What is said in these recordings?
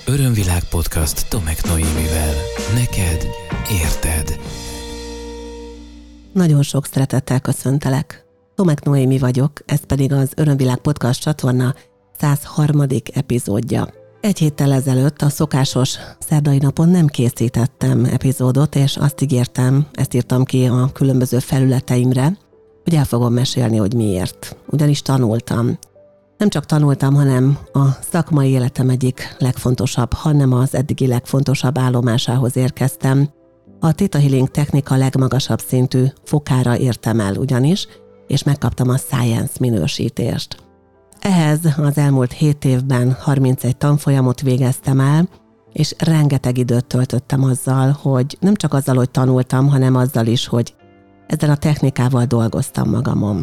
Örömvilág podcast Tomek Noémivel. Neked érted. Nagyon sok szeretettel köszöntelek. Tomek Noémi vagyok, ez pedig az Örömvilág podcast csatorna 103. epizódja. Egy héttel ezelőtt a szokásos szerdai napon nem készítettem epizódot, és azt ígértem, ezt írtam ki a különböző felületeimre, hogy el fogom mesélni, hogy miért. Ugyanis tanultam. Nem csak tanultam, hanem a szakmai életem egyik legfontosabb, hanem az eddigi legfontosabb állomásához érkeztem. A Theta Healing technika legmagasabb szintű fokára értem el ugyanis, és megkaptam a Science minősítést. Ehhez az elmúlt 7 évben 31 tanfolyamot végeztem el, és rengeteg időt töltöttem azzal, hogy nem csak azzal, hogy tanultam, hanem azzal is, hogy ezzel a technikával dolgoztam magamon.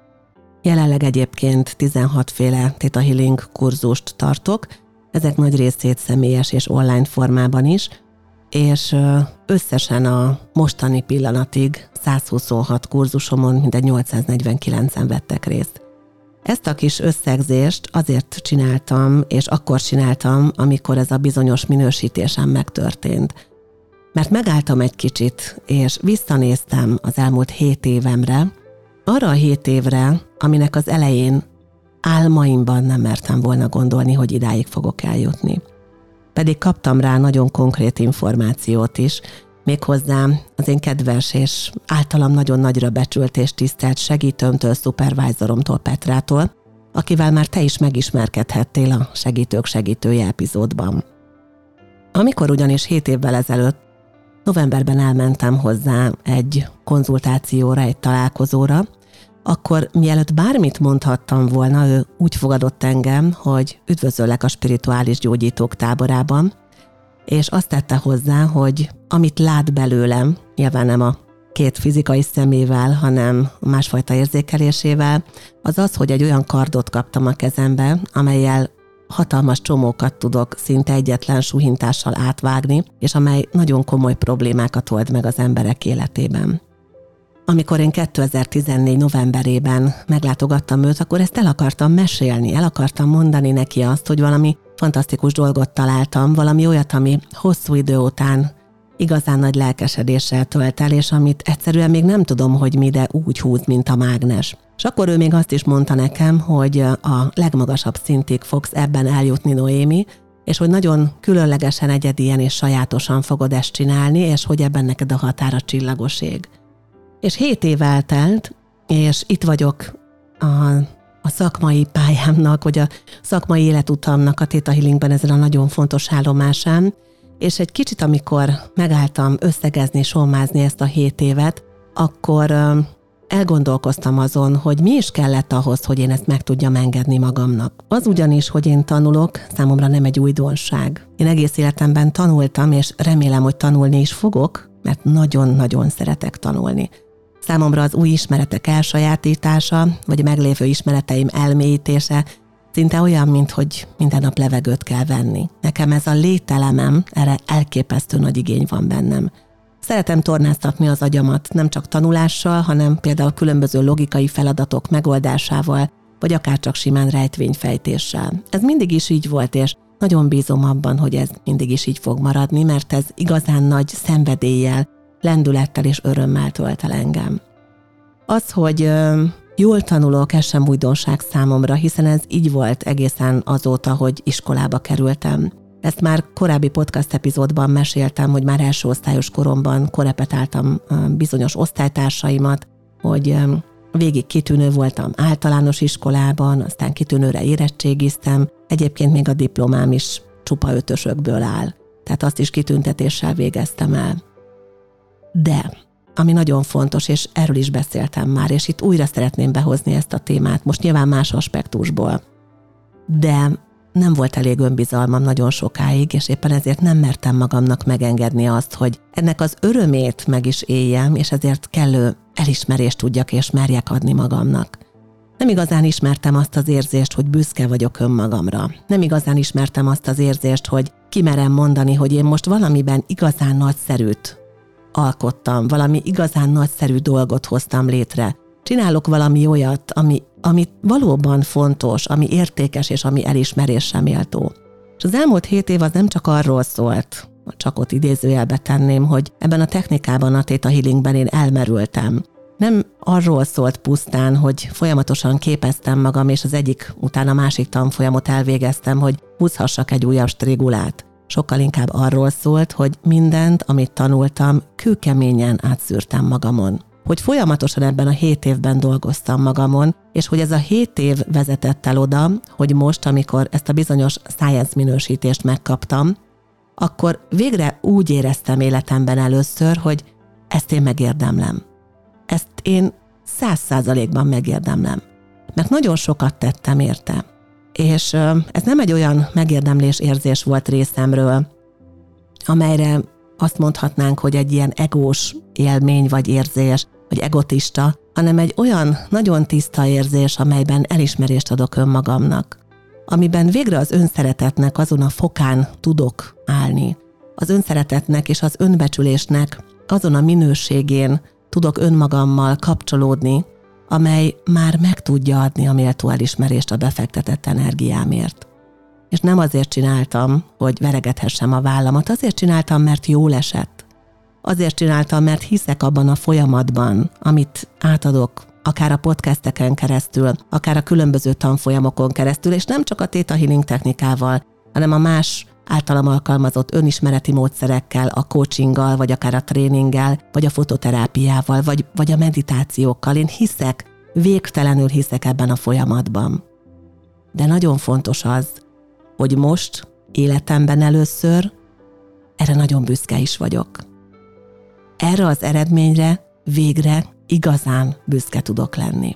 Jelenleg egyébként 16 féle Theta Healing kurzust tartok, ezek nagy részét személyes és online formában is, és összesen a mostani pillanatig 126 kurzusomon mindegy 849-en vettek részt. Ezt a kis összegzést azért csináltam, és akkor csináltam, amikor ez a bizonyos minősítésem megtörtént. Mert megálltam egy kicsit, és visszanéztem az elmúlt 7 évemre, arra a 7 évre, aminek az elején álmaimban nem mertem volna gondolni, hogy idáig fogok eljutni. Pedig kaptam rá nagyon konkrét információt is, méghozzá az én kedves és általam nagyon nagyra becsült és tisztelt segítőmtől, szupervájzoromtól, Petrától, akivel már te is megismerkedhettél a Segítők segítője epizódban. Amikor ugyanis 7 évvel ezelőtt novemberben elmentem hozzá egy konzultációra, egy találkozóra, akkor mielőtt bármit mondhattam volna, ő úgy fogadott engem, hogy üdvözöllek a spirituális gyógyítók táborában, és azt tette hozzá, hogy amit lát belőlem, nyilván nem a 2 fizikai szemével, hanem másfajta érzékelésével, az az, hogy egy olyan kardot kaptam a kezembe, amellyel hatalmas csomókat tudok szinte egyetlen suhintással átvágni, és amely nagyon komoly problémákat old meg az emberek életében. Amikor én 2014 novemberében meglátogattam őt, akkor ezt el akartam mesélni, el akartam mondani neki azt, hogy valami fantasztikus dolgot találtam, valami olyat, ami hosszú idő után igazán nagy lelkesedéssel tölt el, és amit egyszerűen még nem tudom, hogy mi, de úgy húz, mint a mágnes. És akkor ő még azt is mondta nekem, hogy a legmagasabb szintig fogsz ebben eljutni, Noémi, és hogy nagyon különlegesen, egyedien és sajátosan fogod ezt csinálni, és hogy ebben neked a határa csillagos ég. És 7 év eltelt, és itt vagyok a szakmai pályámnak, vagy a szakmai életutamnak a Theta Healingben ezen a nagyon fontos állomásán, és egy kicsit, amikor megálltam összegezni, sommázni ezt a 7 évet, akkor elgondolkoztam azon, hogy mi is kellett ahhoz, hogy én ezt meg tudjam engedni magamnak. Az ugyanis, hogy én tanulok, számomra nem egy újdonság. Én egész életemben tanultam, és remélem, hogy tanulni is fogok, mert nagyon-nagyon szeretek tanulni. Számomra az új ismeretek elsajátítása, vagy a meglévő ismereteim elmélyítése szinte olyan, mint hogy minden nap levegőt kell venni. Nekem ez a lételemem, erre elképesztő nagy igény van bennem. Szeretem tornáztatni az agyamat nem csak tanulással, hanem például különböző logikai feladatok megoldásával, vagy akár csak simán rejtvényfejtéssel. Ez mindig is így volt, és nagyon bízom abban, hogy ez mindig is így fog maradni, mert ez igazán nagy szenvedéllyel, lendülettel és örömmel tölt el engem. Az, hogy jól tanulok, ez sem újdonság számomra, hiszen ez így volt egészen azóta, hogy iskolába kerültem. Ezt már korábbi podcast epizódban meséltem, hogy már első osztályos koromban korepetáltam bizonyos osztálytársaimat, hogy végig kitűnő voltam általános iskolában, aztán kitűnőre érettségiztem, egyébként még a diplomám is csupa 5-ösökből áll, tehát azt is kitüntetéssel végeztem el. De, ami nagyon fontos, és erről is beszéltem már, és itt újra szeretném behozni ezt a témát, most nyilván más aspektusból, de nem volt elég önbizalmam nagyon sokáig, és éppen ezért nem mertem magamnak megengedni azt, hogy ennek az örömét meg is éljem, és ezért kellő elismerést tudjak és merjek adni magamnak. Nem igazán ismertem azt az érzést, hogy büszke vagyok önmagamra. Nem igazán ismertem azt az érzést, hogy kimerem mondani, hogy én most valamiben igazán nagyszerűt alkottam, valami igazán nagyszerű dolgot hoztam létre. Csinálok valami olyat, ami valóban fontos, ami értékes és ami elismerésre méltó. És az elmúlt 7 év az nem csak arról szólt, csak ott idézőjelbe tenném, hogy ebben a technikában, a Theta Healingben én elmerültem. Nem arról szólt pusztán, hogy folyamatosan képeztem magam, és az egyik után a másik tanfolyamot elvégeztem, hogy húzhassak egy újabb strigulát. Sokkal inkább arról szólt, hogy mindent, amit tanultam, kőkeményen átszűrtem magamon. Hogy folyamatosan ebben a 7 évben dolgoztam magamon, és hogy ez a 7 év vezetett el oda, hogy most, amikor ezt a bizonyos science minősítést megkaptam, akkor végre úgy éreztem életemben először, hogy ezt én megérdemlem. Ezt én 100%-ban megérdemlem. Mert nagyon sokat tettem érte. És ez nem egy olyan megérdemlés érzés volt részemről, amelyre azt mondhatnánk, hogy egy ilyen egós élmény vagy érzés, vagy egotista, hanem egy olyan nagyon tiszta érzés, amelyben elismerést adok önmagamnak, amiben végre az önszeretetnek azon a fokán tudok állni. Az önszeretetnek és az önbecsülésnek azon a minőségén tudok önmagammal kapcsolódni, amely már meg tudja adni a méltó elismerést a befektetett energiámért. És nem azért csináltam, hogy veregethessem a vállamat, azért csináltam, mert jól esett. Azért csináltam, mert hiszek abban a folyamatban, amit átadok, akár a podcasteken keresztül, akár a különböző tanfolyamokon keresztül, és nem csak a Theta Healing technikával, hanem a más általam alkalmazott önismereti módszerekkel, a coachinggal, vagy akár a tréninggel, vagy a fototerápiával, vagy a meditációkkal. Én hiszek, végtelenül hiszek ebben a folyamatban. De nagyon fontos az, hogy most, életemben először, erre nagyon büszke is vagyok. Erre az eredményre végre igazán büszke tudok lenni.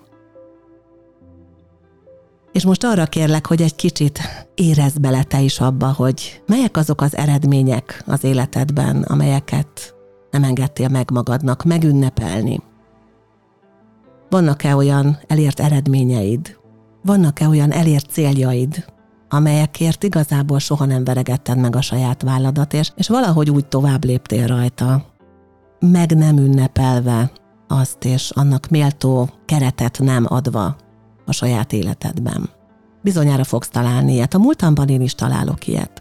És most arra kérlek, hogy egy kicsit érezd bele te is abba, hogy melyek azok az eredmények az életedben, amelyeket nem engedtél meg magadnak megünnepelni. Vannak-e olyan elért eredményeid? Vannak-e olyan elért céljaid, amelyekért igazából soha nem veregetted meg a saját válladat, és valahogy úgy tovább léptél rajta, meg nem ünnepelve azt, és annak méltó keretet nem adva a saját életedben. Bizonyára fogsz találni ilyet. A múltamban én is találok ilyet.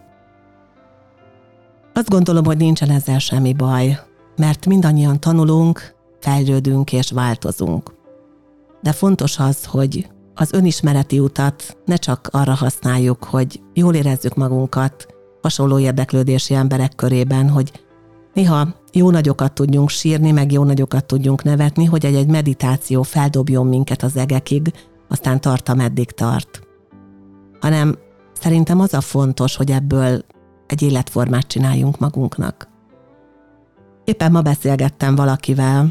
Azt gondolom, hogy nincsen ezzel semmi baj, mert mindannyian tanulunk, fejlődünk és változunk. De fontos az, hogy az önismereti utat ne csak arra használjuk, hogy jól érezzük magunkat hasonló érdeklődési emberek körében, hogy néha jó nagyokat tudjunk sírni, meg jó nagyokat tudjunk nevetni, hogy egy meditáció feldobjon minket az egekig, aztán tart, ameddig tart. Hanem szerintem az a fontos, hogy ebből egy életformát csináljunk magunknak. Éppen ma beszélgettem valakivel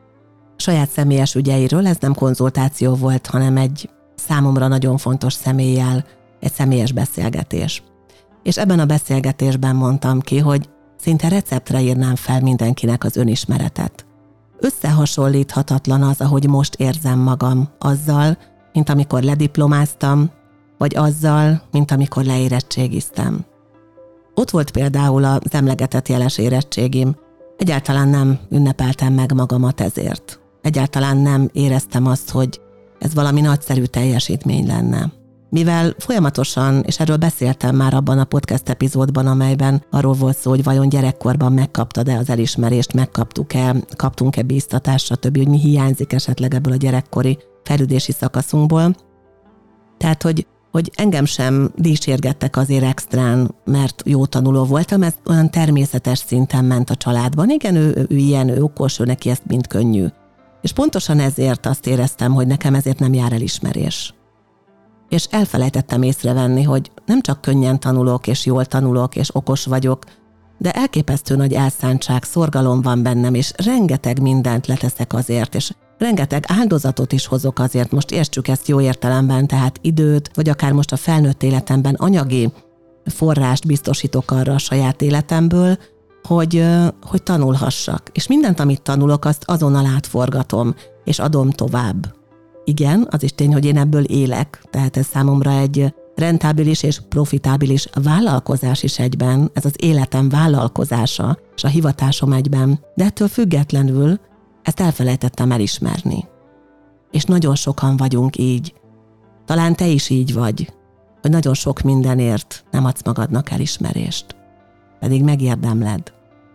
saját személyes ügyeiről, ez nem konzultáció volt, hanem egy számomra nagyon fontos személlyel, egy személyes beszélgetés. És ebben a beszélgetésben mondtam ki, hogy szinte receptre írnám fel mindenkinek az önismeretet. Összehasonlíthatatlan az, ahogy most érzem magam azzal, mint amikor lediplomáztam, vagy azzal, mint amikor leérettségiztem. Ott volt például az emlegetett jeles érettségim. Egyáltalán nem ünnepeltem meg magamat ezért. Egyáltalán nem éreztem azt, hogy ez valami nagyszerű teljesítmény lenne. Mivel folyamatosan, és erről beszéltem már abban a podcast epizódban, amelyben arról volt szó, hogy vajon gyerekkorban megkaptad-e az elismerést, megkaptuk-e, kaptunk-e bíztatást, stb., hogy mi hiányzik esetleg ebből a gyerekkori fejlődési szakaszunkból. Tehát, hogy engem sem dicsérgettek azért extrán, mert jó tanuló voltam, ez olyan természetes szinten ment a családban. Igen, ő ilyen, ő okos, ő neki ezt mind könnyű. És pontosan ezért azt éreztem, hogy nekem ezért nem jár elismerés. És elfelejtettem észrevenni, hogy nem csak könnyen tanulok, és jól tanulok, és okos vagyok, de elképesztő nagy elszántság, szorgalom van bennem, és rengeteg mindent leteszek azért, és rengeteg áldozatot is hozok azért, most értsük ezt jó értelemben, tehát időt, vagy akár most a felnőtt életemben anyagi forrást biztosítok arra a saját életemből, hogy tanulhassak. És mindent, amit tanulok, azt azonnal átforgatom, és adom tovább. Igen, az is tény, hogy én ebből élek, tehát ez számomra egy rentábilis és profitábilis vállalkozás is egyben, ez az életem vállalkozása, és a hivatásom egyben, de ettől függetlenül ezt elfelejtettem elismerni. És nagyon sokan vagyunk így. Talán te is így vagy. hogy nagyon sok mindenért nem adsz magadnak elismerést, pedig megérdemled.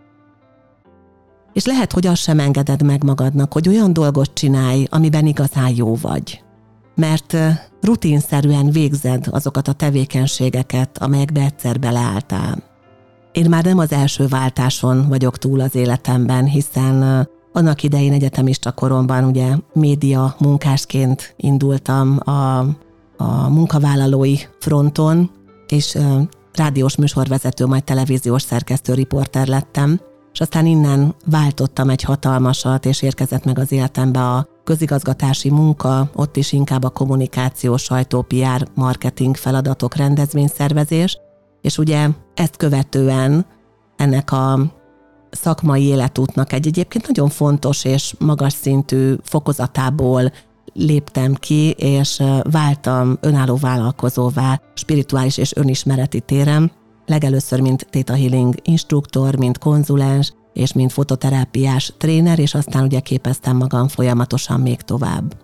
És lehet, hogy azt sem engeded meg magadnak, hogy olyan dolgot csinálj, amiben igazán jó vagy. Mert rutinszerűen végzed azokat a tevékenységeket, amelyekbe egyszer beleálltál. Én már nem az első váltáson vagyok túl az életemben, hiszen annak idején egyetemista koromban ugye média munkásként indultam a munkavállalói fronton, és rádiós műsorvezető, majd televíziós szerkesztő, riporter lettem, és aztán innen váltottam egy hatalmasat, és érkezett meg az életembe a közigazgatási munka, ott is inkább a kommunikáció, sajtó, PR, marketing feladatok, rendezvényszervezés, és ugye ezt követően ennek a szakmai életútnak egy egyébként nagyon fontos és magas szintű fokozatából léptem ki, és váltam önálló vállalkozóvá spirituális és önismereti téren, legelőször mint Theta Healing instruktor, mint konzulens, és mint fototerápiás tréner, és aztán ugye képeztem magam folyamatosan még tovább.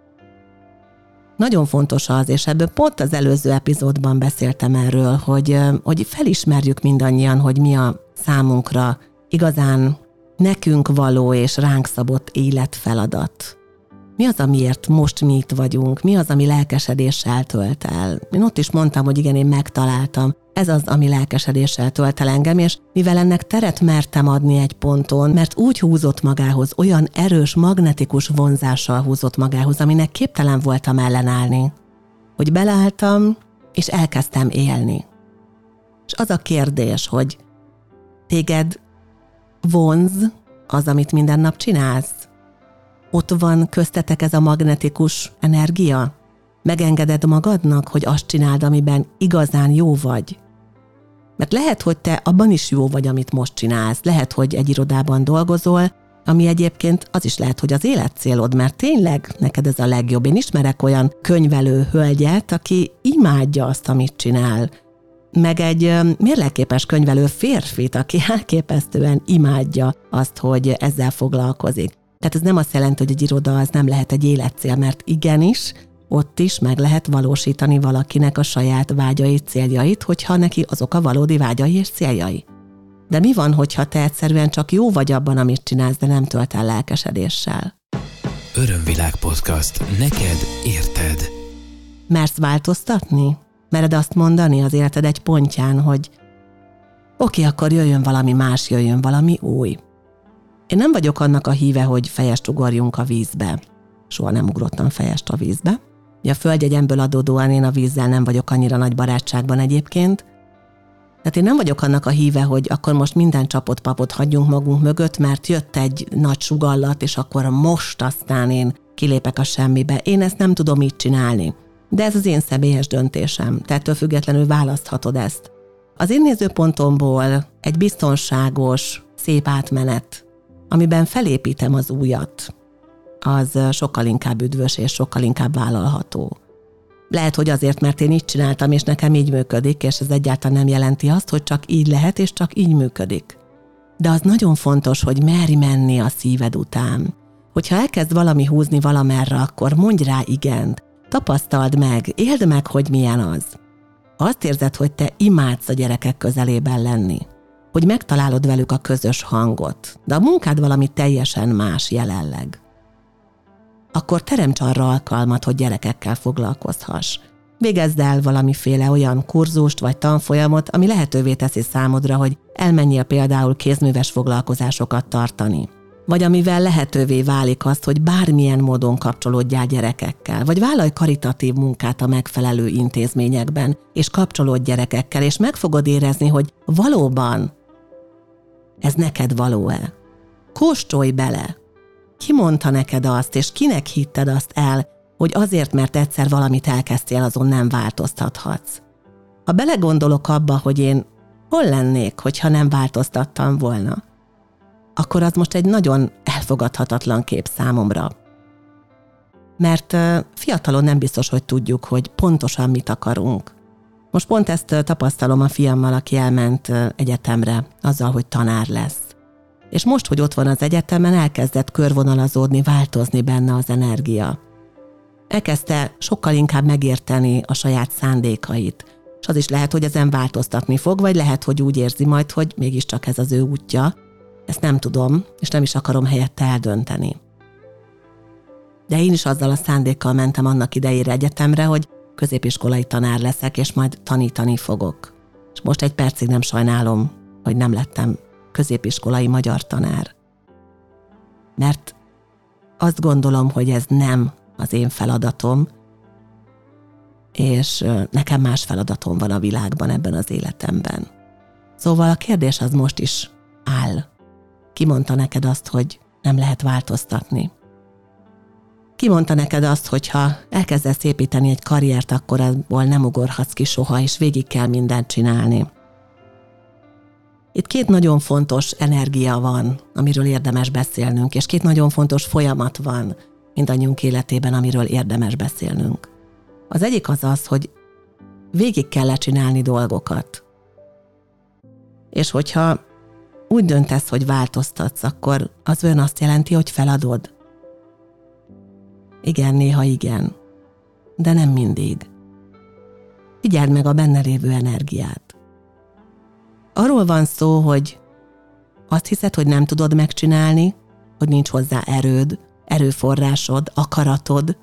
Nagyon fontos az, és ebből pont az előző epizódban beszéltem erről, hogy felismerjük mindannyian, hogy mi a számunkra igazán nekünk való és ránk szabott életfeladat. Mi az, amiért most mi itt vagyunk? Mi az, ami lelkesedéssel tölt el? Én ott is mondtam, hogy igen, én megtaláltam. Ez az, ami lelkesedéssel tölt el engem, és mivel ennek teret mertem adni egy ponton, mert úgy húzott magához, olyan erős, magnetikus vonzással húzott magához, aminek képtelen voltam ellenállni. Hogy beleálltam, és elkezdtem élni. És az a kérdés, hogy téged vonz az, amit minden nap csinálsz? Ott van köztetek ez a magnetikus energia? Megengeded magadnak, hogy azt csináld, amiben igazán jó vagy? Mert lehet, hogy te abban is jó vagy, amit most csinálsz. Lehet, hogy egy irodában dolgozol, ami egyébként az is lehet, hogy az életcélod, mert tényleg neked ez a legjobb. Én ismerek olyan könyvelő hölgyet, aki imádja azt, amit csinál. Meg egy mérlegképes könyvelő férfit, aki elképesztően imádja azt, hogy ezzel foglalkozik. Tehát ez nem azt jelenti, hogy egy iroda az nem lehet egy életcél, mert igenis, ott is meg lehet valósítani valakinek a saját vágyait, céljait, hogyha neki azok a valódi vágyai és céljai. De mi van, hogyha te egyszerűen csak jó vagy abban, amit csinálsz, de nem tölt el lelkesedéssel? Örömvilág podcast. Neked érted. Mersz változtatni? Mered azt mondani az életed egy pontján, hogy oké, akkor jöjjön valami más, jöjjön valami új. Én nem vagyok annak a híve, hogy fejest ugorjunk a vízbe. Soha nem ugrottam fejest a vízbe. A földjegyemből adódóan én a vízzel nem vagyok annyira nagy barátságban egyébként. Tehát én nem vagyok annak a híve, hogy akkor most minden csapot-papot hagyjunk magunk mögött, mert jött egy nagy sugallat, és akkor most aztán én kilépek a semmibe. Én ezt nem tudom így csinálni. De ez az én személyes döntésem. Tehát ettől függetlenül választhatod ezt. Az én nézőpontomból egy biztonságos, szép átmenet, amiben felépítem az újat, az sokkal inkább üdvös és sokkal inkább vállalható. Lehet, hogy azért, mert én így csináltam, és nekem így működik, és ez egyáltalán nem jelenti azt, hogy csak így lehet, és csak így működik. De az nagyon fontos, hogy merj menni a szíved után. Hogyha elkezd valami húzni valamerre, akkor mondj rá igent, tapasztald meg, éld meg, hogy milyen az. Azt érzed, hogy te imádsz a gyerekek közelében lenni, hogy megtalálod velük a közös hangot, de a munkád valami teljesen más jelenleg, akkor teremts arra alkalmat, hogy gyerekekkel foglalkozhass. Végezd el valamiféle olyan kurzust vagy tanfolyamot, ami lehetővé teszi számodra, hogy elmenjél például kézműves foglalkozásokat tartani. Vagy amivel lehetővé válik azt, hogy bármilyen módon kapcsolódjál gyerekekkel, vagy vállalj karitatív munkát a megfelelő intézményekben, és kapcsolódj gyerekekkel, és meg fogod érezni, hogy valóban ez neked való-e. Kóstolj bele! Ki mondta neked azt, és kinek hitted azt el, hogy azért, mert egyszer valamit elkezdtél, azon nem változtathatsz? Ha belegondolok abba, hogy én hol lennék, hogyha nem változtattam volna, akkor az most egy nagyon elfogadhatatlan kép számomra. Mert fiatalon nem biztos, hogy tudjuk, hogy pontosan mit akarunk. Most pont ezt tapasztalom a fiammal, aki elment egyetemre, azzal, hogy tanár lesz. És most, hogy ott van az egyetemen, elkezdett körvonalazódni, változni benne az energia. elkezdte sokkal inkább megérteni a saját szándékait. És az is lehet, hogy ezen változtatni fog, vagy lehet, hogy úgy érzi majd, hogy mégiscsak ez az ő útja. Ezt nem tudom, és nem is akarom helyette eldönteni. De én is azzal a szándékkal mentem annak idejére egyetemre, hogy középiskolai tanár leszek, és majd tanítani fogok. És most egy percig nem sajnálom, hogy nem lettem középiskolai magyar tanár. Mert azt gondolom, hogy ez nem az én feladatom, és nekem más feladatom van a világban, ebben az életemben. Szóval a kérdés az most is áll. Ki mondta neked azt, hogy nem lehet változtatni? Ki mondta neked azt, hogy ha elkezdesz építeni egy karriert, akkor abból nem ugorhatsz ki soha, és végig kell mindent csinálni? Itt két nagyon fontos energia van, amiről érdemes beszélnünk, és két nagyon fontos folyamat van mindannyiunk életében, amiről érdemes beszélnünk. Az egyik az, hogy végig kell lecsinálni dolgokat. És hogyha úgy döntesz, hogy változtatsz, akkor az olyan azt jelenti, hogy feladod. Igen, néha igen, de nem mindig. Figyeld meg a benne lévő energiát. Arról van szó, hogy azt hiszed, hogy nem tudod megcsinálni, hogy nincs hozzá erőd, erőforrásod, akaratod,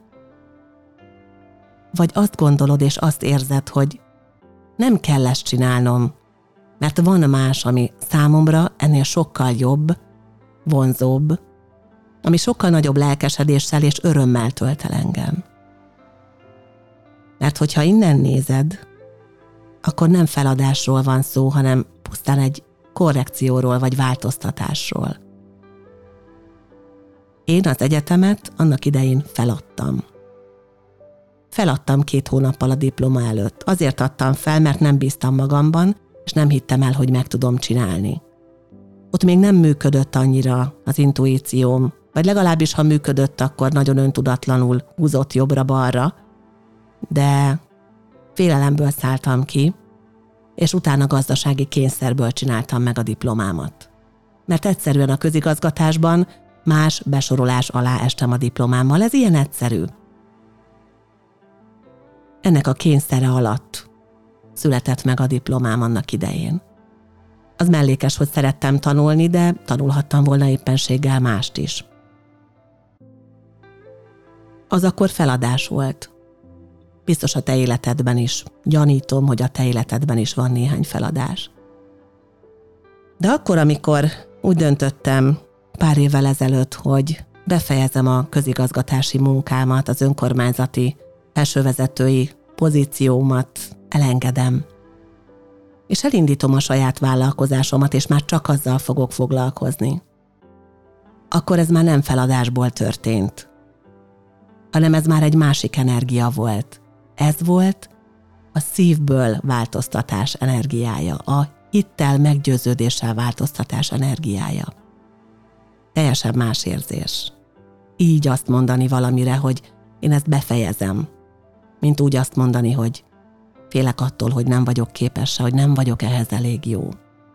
vagy azt gondolod és azt érzed, hogy nem kell ezt csinálnom, mert van más, ami számomra ennél sokkal jobb, vonzóbb, ami sokkal nagyobb lelkesedéssel és örömmel tölt el engem. Mert hogyha innen nézed, akkor nem feladásról van szó, hanem pusztán egy korrekcióról vagy változtatásról. Én az egyetemet annak idején feladtam. Feladtam 2 hónappal a diploma előtt. Azért adtam fel, mert nem bíztam magamban, és nem hittem el, hogy meg tudom csinálni. Ott még nem működött annyira az intuícióm, vagy legalábbis, ha működött, akkor nagyon öntudatlanul húzott jobbra-balra, de félelemből szálltam ki, és utána gazdasági kényszerből csináltam meg a diplomámat. Mert egyszerűen a közigazgatásban más besorolás alá estem a diplomámmal, ez ilyen egyszerű. Ennek a kényszere alatt született meg a diplomám annak idején. Az mellékes, hogy szerettem tanulni, de tanulhattam volna éppenséggel mást is. Az akkor feladás volt. Biztos a te életedben is. Gyanítom, hogy a te életedben is van néhány feladás. De akkor, amikor úgy döntöttem pár évvel ezelőtt, hogy befejezem a közigazgatási munkámat, az önkormányzati felsővezetői pozíciómat elengedem, és elindítom a saját vállalkozásomat, és már csak azzal fogok foglalkozni, akkor ez már nem feladásból történt, hanem ez már egy másik energia volt. Ez volt a szívből változtatás energiája, a hittel, meggyőződéssel változtatás energiája. Teljesen más érzés. Így azt mondani valamire, hogy én ezt befejezem, mint úgy azt mondani, hogy félek attól, hogy nem vagyok képes, hogy nem vagyok ehhez elég jó.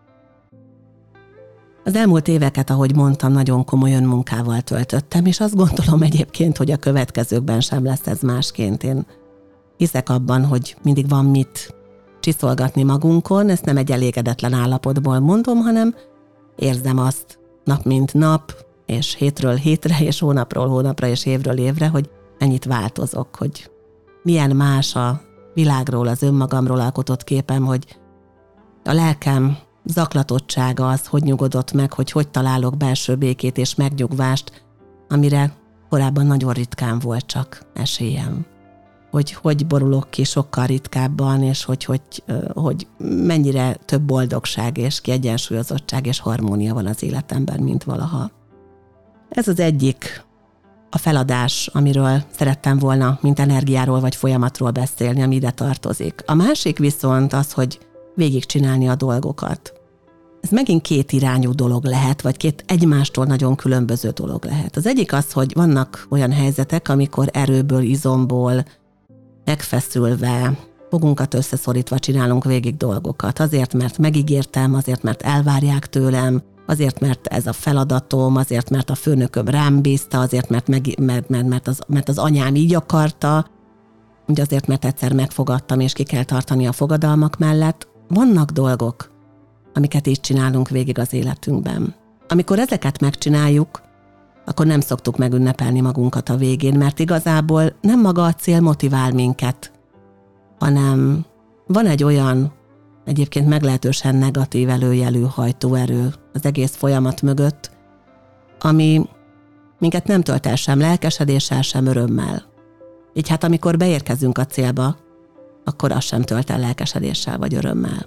Az elmúlt éveket, ahogy mondtam, nagyon komoly önmunkával töltöttem, és azt gondolom egyébként, hogy a következőkben sem lesz ez másként. Én hiszek abban, hogy mindig van mit csiszolgatni magunkon, ezt nem egy elégedetlen állapotból mondom, hanem érzem azt nap mint nap, és hétről hétre, és hónapról hónapra, és évről évre, hogy mennyit változok, hogy milyen más a világról, az önmagamról alkotott képem, hogy a lelkem zaklatottsága az, hogy nyugodott meg, hogy találok belső békét és megnyugvást, amire korábban nagyon ritkán volt csak esélyem. Hogy borulok ki sokkal ritkábban, és hogy mennyire több boldogság és kiegyensúlyozottság és harmónia van az életemben, mint valaha. Ez az egyik a feladás, amiről szerettem volna, mint energiáról vagy folyamatról beszélni, ami ide tartozik. A másik viszont az, hogy végigcsinálni a dolgokat. Ez megint 2 irányú dolog lehet, vagy 2 egymástól nagyon különböző dolog lehet. Az egyik az, hogy vannak olyan helyzetek, amikor erőből, izomból, megfeszülve, fogunkat összeszorítva csinálunk végig dolgokat. Azért, mert megígértem, azért, mert elvárják tőlem, azért, mert ez a feladatom, azért, mert a főnököm rám bízta, azért, mert az anyám így akarta, ugye azért, mert egyszer megfogadtam, és ki kell tartani a fogadalmak mellett. Vannak dolgok, amiket így csinálunk végig az életünkben. Amikor ezeket megcsináljuk, akkor nem szoktuk megünnepelni magunkat a végén, mert igazából nem maga a cél motivál minket, hanem van egy olyan, egyébként meglehetősen negatív előjelű hajtóerő az egész folyamat mögött, ami minket nem tölt el sem lelkesedéssel, sem örömmel. Így hát amikor beérkezünk a célba, akkor az sem tölt el lelkesedéssel vagy örömmel.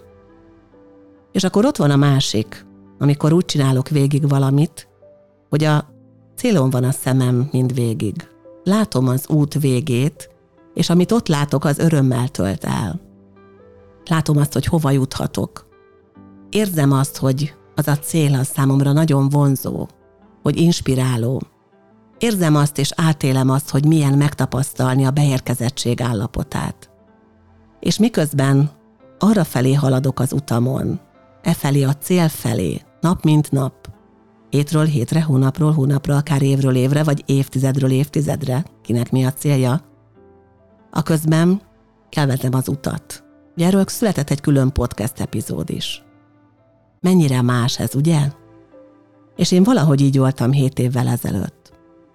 És akkor ott van a másik, amikor úgy csinálok végig valamit, hogy a célon van a szemem mind végig. Látom az út végét, és amit ott látok, az örömmel tölt el. Látom azt, hogy hova juthatok. Érzem azt, hogy az a cél az számomra nagyon vonzó, hogy inspiráló. Érzem azt, és átélem azt, hogy milyen megtapasztalni a beérkezettség állapotát. És miközben arra felé haladok az utamon, felé a cél felé, nap mint nap, hétről hétre, hónapról hónapra, akár évről évre, vagy évtizedről évtizedre, kinek mi a célja, aközben elvetem az utat. Ugye erről született egy külön podcast epizód is. Mennyire más ez, ugye? És én valahogy így voltam 7 évvel ezelőtt.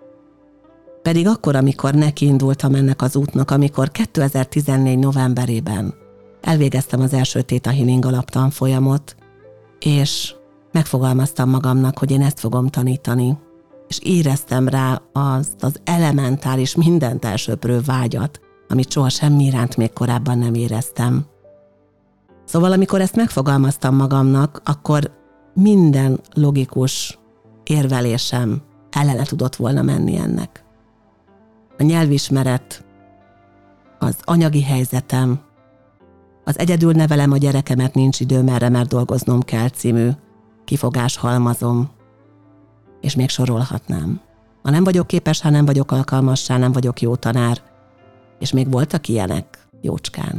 Pedig akkor, amikor nekiindultam ennek az útnak, amikor 2014 novemberében elvégeztem az első Theta Healing alaptanfolyamot, és megfogalmaztam magamnak, hogy én ezt fogom tanítani, és éreztem rá azt az elementáris, mindent elsöprő vágyat, amit soha semmi iránt még korábban nem éreztem. Szóval, amikor ezt megfogalmaztam magamnak, akkor minden logikus érvelésem ellene tudott volna menni ennek. A nyelvismeret, az anyagi helyzetem, az egyedül nevelem a gyerekemet, nincs időm erre, mert dolgoznom kell című kifogás halmazom, és még sorolhatnám. Ha nem vagyok képes, ha nem vagyok alkalmassá, nem vagyok jó tanár, és még voltak ilyenek, jócskán.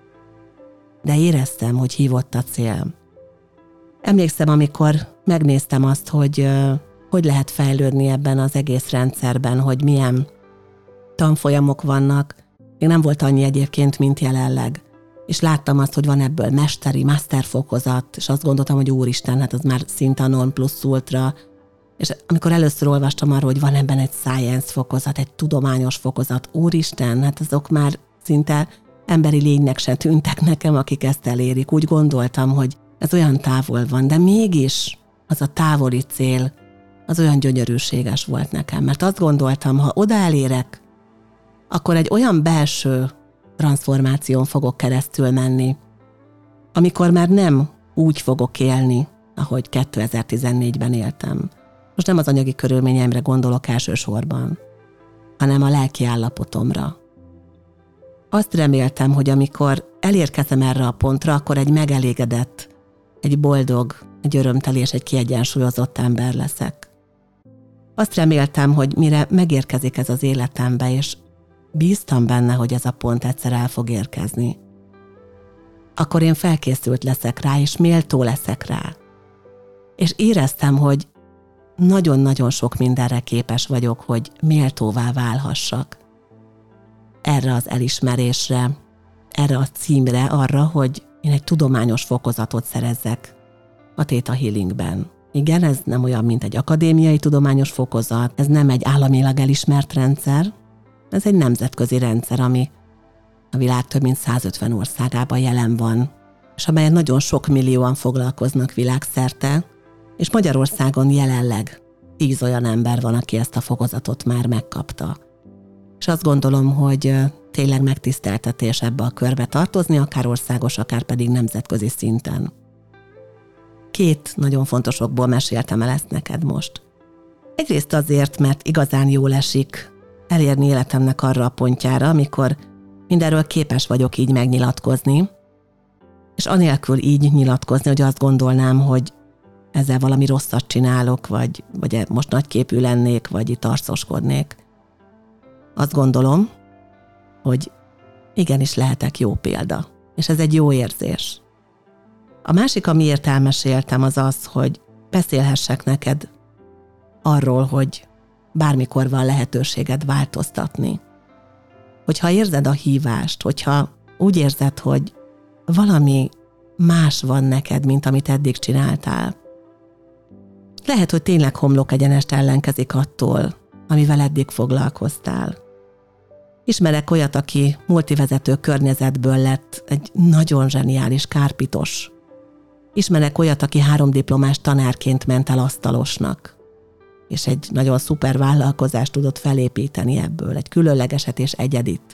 De éreztem, hogy hívott a cél. Emlékszem, amikor megnéztem azt, hogy lehet fejlődni ebben az egész rendszerben, hogy milyen tanfolyamok vannak. Még nem volt annyi egyébként, mint jelenleg. És láttam azt, hogy van ebből mesteri, master fokozat, és azt gondoltam, hogy úristen, hát az már szinte a non plus ultra. És amikor először olvastam arról, hogy van ebben egy science fokozat, egy tudományos fokozat, úristen, hát azok már szinte emberi lénynek se tűntek nekem, akik ezt elérik. Úgy gondoltam, hogy ez olyan távol van, de mégis az a távoli cél, az olyan gyönyörűséges volt nekem, mert azt gondoltam, ha oda elérek, akkor egy olyan belső transformáción fogok keresztül menni, amikor már nem úgy fogok élni, ahogy 2014-ben éltem. Most nem az anyagi körülményeimre gondolok elsősorban, hanem a lelki állapotomra. Azt reméltem, hogy amikor elérkezem erre a pontra, akkor egy megelégedett, egy boldog, egy örömteli és egy kiegyensúlyozott ember leszek. Azt reméltem, hogy mire megérkezik ez az életembe, és bíztam benne, hogy ez a pont egyszer el fog érkezni, akkor én felkészült leszek rá, és méltó leszek rá. És éreztem, hogy nagyon-nagyon sok mindenre képes vagyok, hogy méltóvá válhassak. Erre az elismerésre, erre a címre, arra, hogy én egy tudományos fokozatot szerezzek a Theta Healingben. Igen, ez nem olyan, mint egy akadémiai tudományos fokozat, ez nem egy államilag elismert rendszer, ez egy nemzetközi rendszer, ami a világ több mint 150 országában jelen van, és amelyen nagyon sok millióan foglalkoznak világszerte, és Magyarországon jelenleg 10 olyan ember van, aki ezt a fokozatot már megkapta. És azt gondolom, hogy tényleg megtiszteltetés ebbe a körbe tartozni, akár országos, akár pedig nemzetközi szinten. 2 nagyon fontos okból meséltem el ezt neked most. Egyrészt azért, mert igazán jól esik elérni életemnek arra a pontjára, amikor mindenről képes vagyok így megnyilatkozni, és anélkül így nyilatkozni, hogy azt gondolnám, hogy ezzel valami rosszat csinálok, vagy most nagyképű lennék, vagy itt arcoskodnék. Azt gondolom, hogy igenis lehetek jó példa, és ez egy jó érzés. A másik, amiért elmeséltem, az az, hogy beszélhessek neked arról, hogy bármikor van lehetőséged változtatni. Hogyha érzed a hívást, hogyha úgy érzed, hogy valami más van neked, mint amit eddig csináltál. Lehet, hogy tényleg homlok egyenest ellenkezik attól, amivel eddig foglalkoztál. Ismerek olyat, aki multivezető környezetből lett egy nagyon zseniális kárpitos. Ismerek olyat, aki 3 diplomás tanárként ment el asztalosnak, és egy nagyon szuper vállalkozást tudott felépíteni ebből, egy különlegeset és egyedit.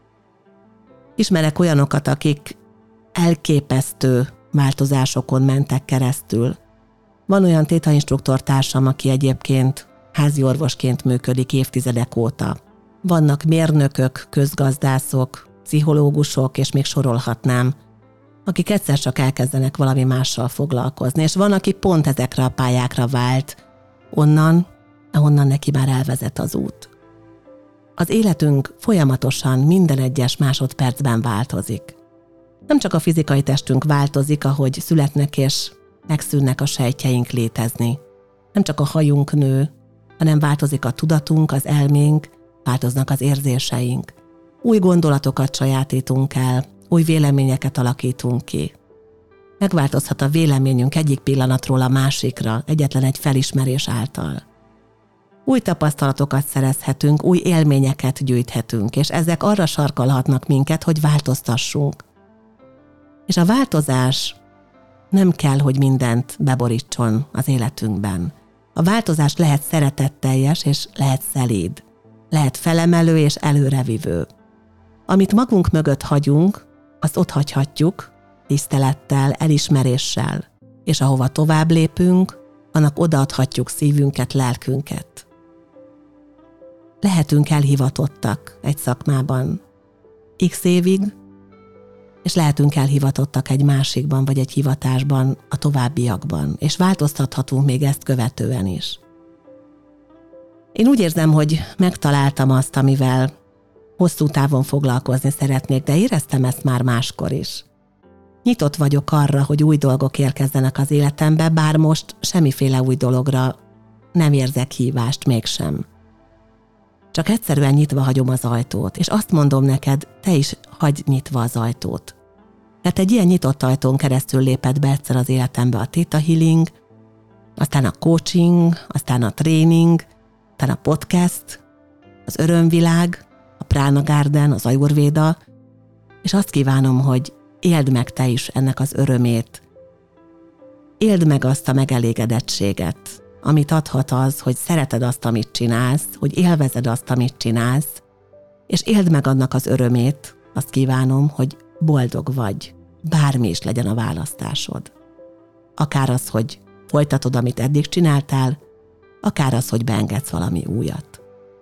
Ismerek olyanokat, akik elképesztő változásokon mentek keresztül. Van olyan tétainstruktor társam, aki egyébként házi orvosként működik évtizedek óta. Vannak mérnökök, közgazdászok, pszichológusok, és még sorolhatnám, akik egyszer csak elkezdenek valami mással foglalkozni, és van, aki pont ezekre a pályákra vált, ahonnan neki már elvezet az út. Az életünk folyamatosan minden egyes másodpercben változik. Nem csak a fizikai testünk változik, ahogy születnek és megszűnnek a sejtjeink létezni. Nem csak a hajunk nő, hanem változik a tudatunk, az elménk, változnak az érzéseink. Új gondolatokat sajátítunk el, új véleményeket alakítunk ki. Megváltozhat a véleményünk egyik pillanatról a másikra, egyetlen egy felismerés által. Új tapasztalatokat szerezhetünk, új élményeket gyűjthetünk, és ezek arra sarkalhatnak minket, hogy változtassunk. És a változás nem kell, hogy mindent beborítson az életünkben. A változás lehet szeretetteljes, és lehet szelíd. Lehet felemelő és előrevivő. Amit magunk mögött hagyunk, azt ott hagyhatjuk, tisztelettel, elismeréssel, és ahova tovább lépünk, annak odaadhatjuk szívünket, lelkünket. Lehetünk elhivatottak egy szakmában x évig, és lehetünk elhivatottak egy másikban, vagy egy hivatásban a továbbiakban, és változtathatunk még ezt követően is. Én úgy érzem, hogy megtaláltam azt, amivel hosszú távon foglalkozni szeretnék, de éreztem ezt már máskor is. Nyitott vagyok arra, hogy új dolgok érkezzenek az életembe, bár most semmiféle új dologra nem érzek hívást mégsem. Csak egyszerűen nyitva hagyom az ajtót, és azt mondom neked, te is hagyj nyitva az ajtót. Mert egy ilyen nyitott ajtón keresztül lépett be egyszer az életembe a Theta Healing, aztán a coaching, aztán a tréning, aztán a podcast, az örömvilág, a Prana Garden, az Ayurvéda, és azt kívánom, hogy éld meg te is ennek az örömét. Éld meg azt a megelégedettséget, amit adhat az, hogy szereted azt, amit csinálsz, hogy élvezed azt, amit csinálsz, és éld meg annak az örömét, azt kívánom, hogy boldog vagy, bármi is legyen a választásod. Akár az, hogy folytatod, amit eddig csináltál, akár az, hogy beengedsz valami újat.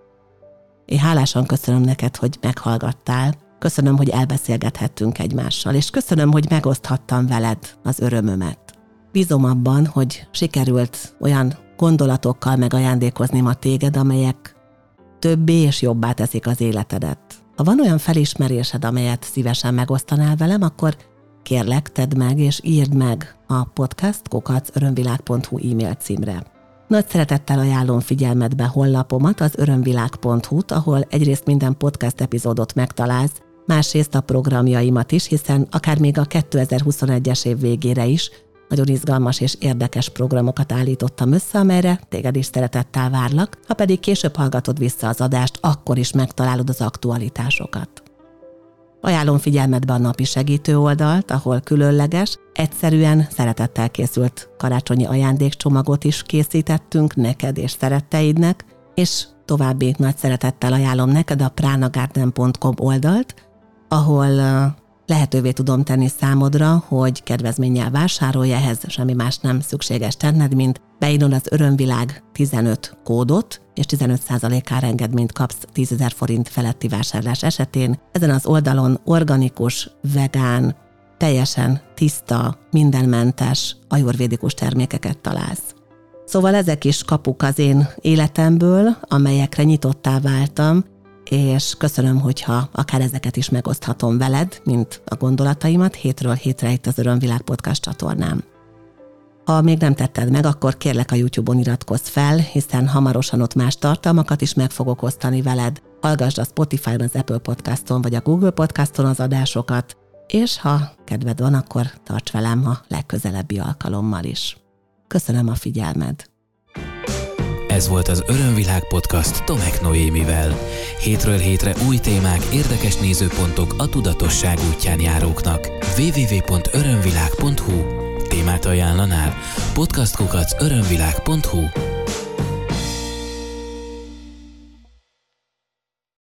Én hálásan köszönöm neked, hogy meghallgattál, köszönöm, hogy elbeszélgethettünk egymással, és köszönöm, hogy megoszthattam veled az örömömet. Bízom abban, hogy sikerült olyan gondolatokkal megajándékozni ma téged, amelyek többé és jobbá teszik az életedet. Ha van olyan felismerésed, amelyet szívesen megosztanál velem, akkor kérlek, tedd meg és írd meg a podcast@örömvilág.hu e-mail címre. Nagy szeretettel ajánlom figyelmetbe honlapomat, az örömvilág.hu-t, ahol egyrészt minden podcast epizódot megtalálsz, másrészt a programjaimat is, hiszen akár még a 2021-es év végére is nagyon izgalmas és érdekes programokat állítottam össze, amelyre téged is szeretettel várlak, ha pedig később hallgatod vissza az adást, akkor is megtalálod az aktualitásokat. Ajánlom figyelmetbe a napi segítő oldalt, ahol különleges, egyszerűen szeretettel készült karácsonyi ajándékcsomagot is készítettünk neked és szeretteidnek, és további nagy szeretettel ajánlom neked a pranagarden.com oldalt, ahol lehetővé tudom tenni számodra, hogy kedvezménnyel vásárolj, ehhez semmi más nem szükséges tenned, mint beírod az Örömvilág 15 kódot, és 15%-ára engedményt kapsz 10 000 forint feletti vásárlás esetén. Ezen az oldalon organikus, vegán, teljesen tiszta, mindenmentes, ajurvédikus termékeket találsz. Szóval ezek is kapuk az én életemből, amelyekre nyitottá váltam, és köszönöm, hogyha akár ezeket is megoszthatom veled, mint a gondolataimat hétről hétre itt az Örömvilág podcast csatornán. Ha még nem tetted meg, akkor kérlek a YouTube-on iratkozz fel, hiszen hamarosan ott más tartalmakat is meg fogok osztani veled. Hallgasd a Spotify-on, az Apple Podcaston vagy a Google Podcaston az adásokat, és ha kedved van, akkor tarts velem a legközelebbi alkalommal is. Köszönöm a figyelmed! Ez volt az Örömvilág podcast Tomek Noémivel. Hétről hétre új témák, érdekes nézőpontok a tudatosság útján járóknak. www.örömvilág.hu Témát ajánlanál? podcastkukac.örömvilág.hu